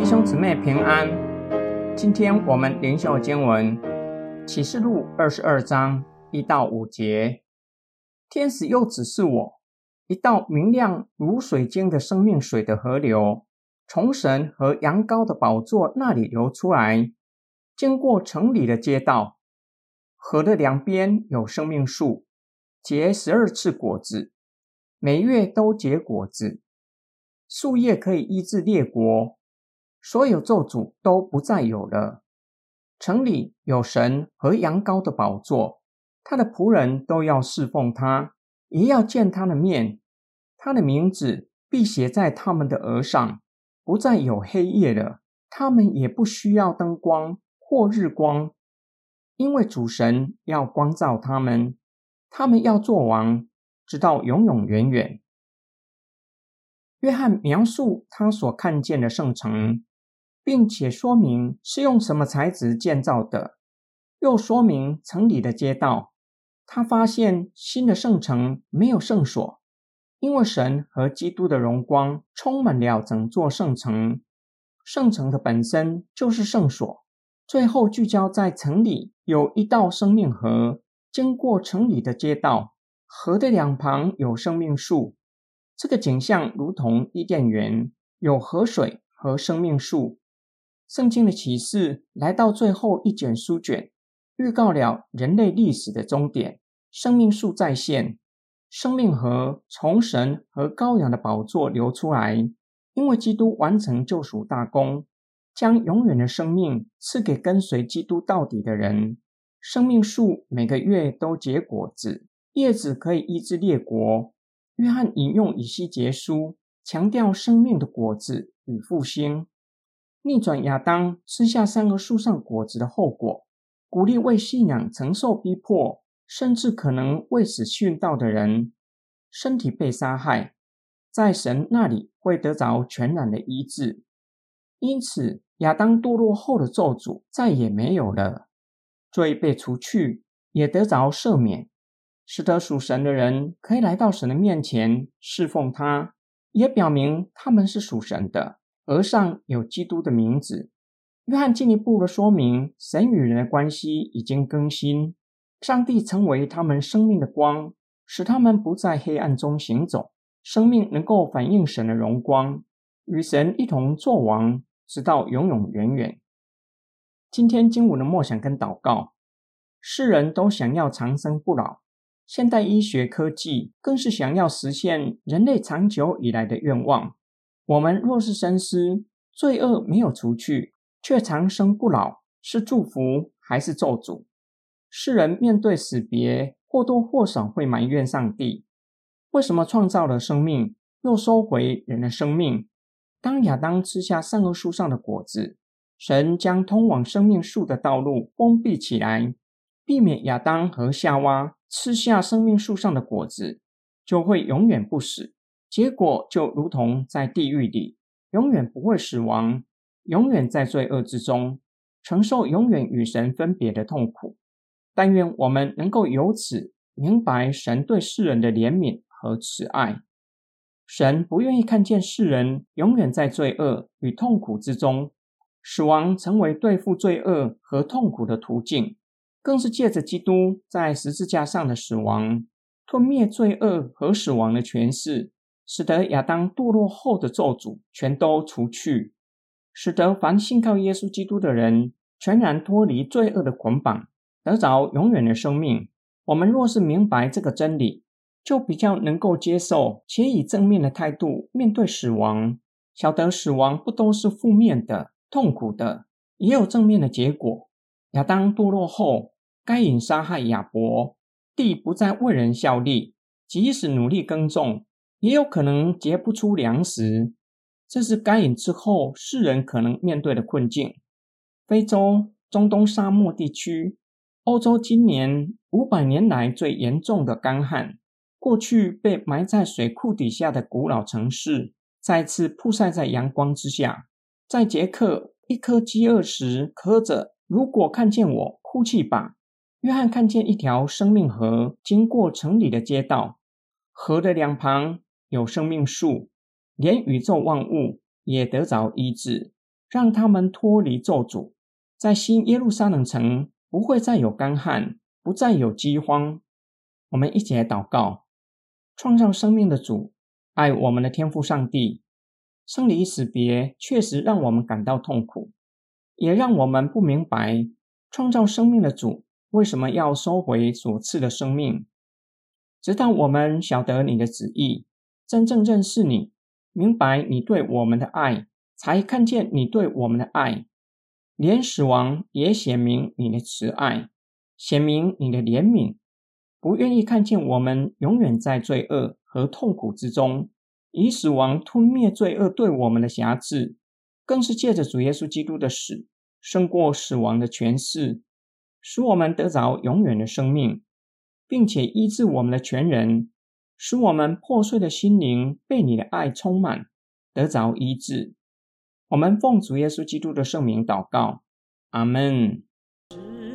兄姊妹平安。今天我们灵修经文启示录22章1到5节。天使又指示我，一道明亮如水晶的生命水的河流，从神和羊羔的宝座那里流出来，经过城里的街道。河的两边有生命树，结12次果子，每月都结果子。树叶可以医治列国，所有咒诅都不再有了。城里有神和羊羔的宝座，他的仆人都要侍奉他，也要见他的面。他的名字必写在他们的额上，不再有黑夜了。他们也不需要灯光或日光，因为主神要光照他们。他们要做王，直到永永远远。约翰描述他所看见的圣城，并且说明是用什么材质建造的，又说明城里的街道。他发现新的圣城没有圣所，因为神和基督的荣光充满了整座圣城。圣城的本身就是圣所。最后聚焦在城里有一道生命河，经过城里的街道，河的两旁有生命树。这个景象如同伊甸园，有河水和生命树。圣经的启示来到最后一卷书卷，预告了人类历史的终点。生命树再现，生命河从神和羔羊的宝座流出来，因为基督完成救赎大功，将永远的生命赐给跟随基督到底的人。生命树每个月都结果子，叶子可以医治列国。约翰引用以西结书，强调生命的果子与复兴，逆转亚当吃下3个树上果子的后果，鼓励为信仰承受逼迫，甚至可能为死殉道的人，身体被杀害，在神那里会得着全然的医治。因此亚当堕落后的咒诅再也没有了，罪被除去，也得着赦免，使得属神的人可以来到神的面前侍奉他，也表明他们是属神的，额上有基督的名字。约翰进一步的说明，神与人的关系已经更新，上帝成为他们生命的光，使他们不在黑暗中行走，生命能够反映神的荣光，与神一同作王，直到永永远远。今天经文的默想跟祷告，世人都想要长生不老，现代医学科技更是想要实现人类长久以来的愿望。我们若是深思，罪恶没有除去，却长生不老，是祝福还是咒诅？世人面对死别，或多或少会埋怨上帝，为什么创造了生命，又收回人的生命？当亚当吃下善恶树上的果子，神将通往生命树的道路封闭起来，避免亚当和夏娃吃下生命树上的果子，就会永远不死。结果就如同在地狱里，永远不会死亡，永远在罪恶之中，承受永远与神分别的痛苦。但愿我们能够由此明白神对世人的怜悯和慈爱。神不愿意看见世人永远在罪恶与痛苦之中，死亡成为对付罪恶和痛苦的途径，更是借着基督在十字架上的死亡，吞灭罪恶和死亡的权势，使得亚当堕落后的咒诅全都除去，使得凡信靠耶稣基督的人全然脱离罪恶的捆绑，得着永远的生命。我们若是明白这个真理，就比较能够接受，且以正面的态度面对死亡，晓得死亡不都是负面的、痛苦的，也有正面的结果。亚当堕落后，该隐杀害亚伯，地不再为人效力，即使努力耕种，也有可能结不出粮食。这是该隐之后世人可能面对的困境。非洲、中东沙漠地区，欧洲今年500年来最严重的干旱，过去被埋在水库底下的古老城市再次曝晒在阳光之下。在捷克，一颗饥饿石刻着如果看见我，哭泣吧。约翰看见一条生命河经过城里的街道，河的两旁有生命树，连宇宙万物也得着医治。 让他们脱离咒诅，在新耶路撒冷城不会再有干旱，不再有饥荒。我们一起来祷告。创造生命的主，爱我们的天父上帝，生离死别确实让我们感到痛苦，也让我们不明白创造生命的主为什么要收回所赐的生命。直到我们晓得你的旨意，真正认识你，明白你对我们的爱，才看见你对我们的爱，连死亡也显明你的慈爱，显明你的怜悯，不愿意看见我们永远在罪恶和痛苦之中，以死亡吞灭罪恶对我们的辖制，更是借着主耶稣基督的死，胜过死亡的权势，使我们得着永远的生命，并且医治我们的全人，使我们破碎的心灵被你的爱充满，得着医治。我们奉主耶稣基督的圣名祷告，阿们。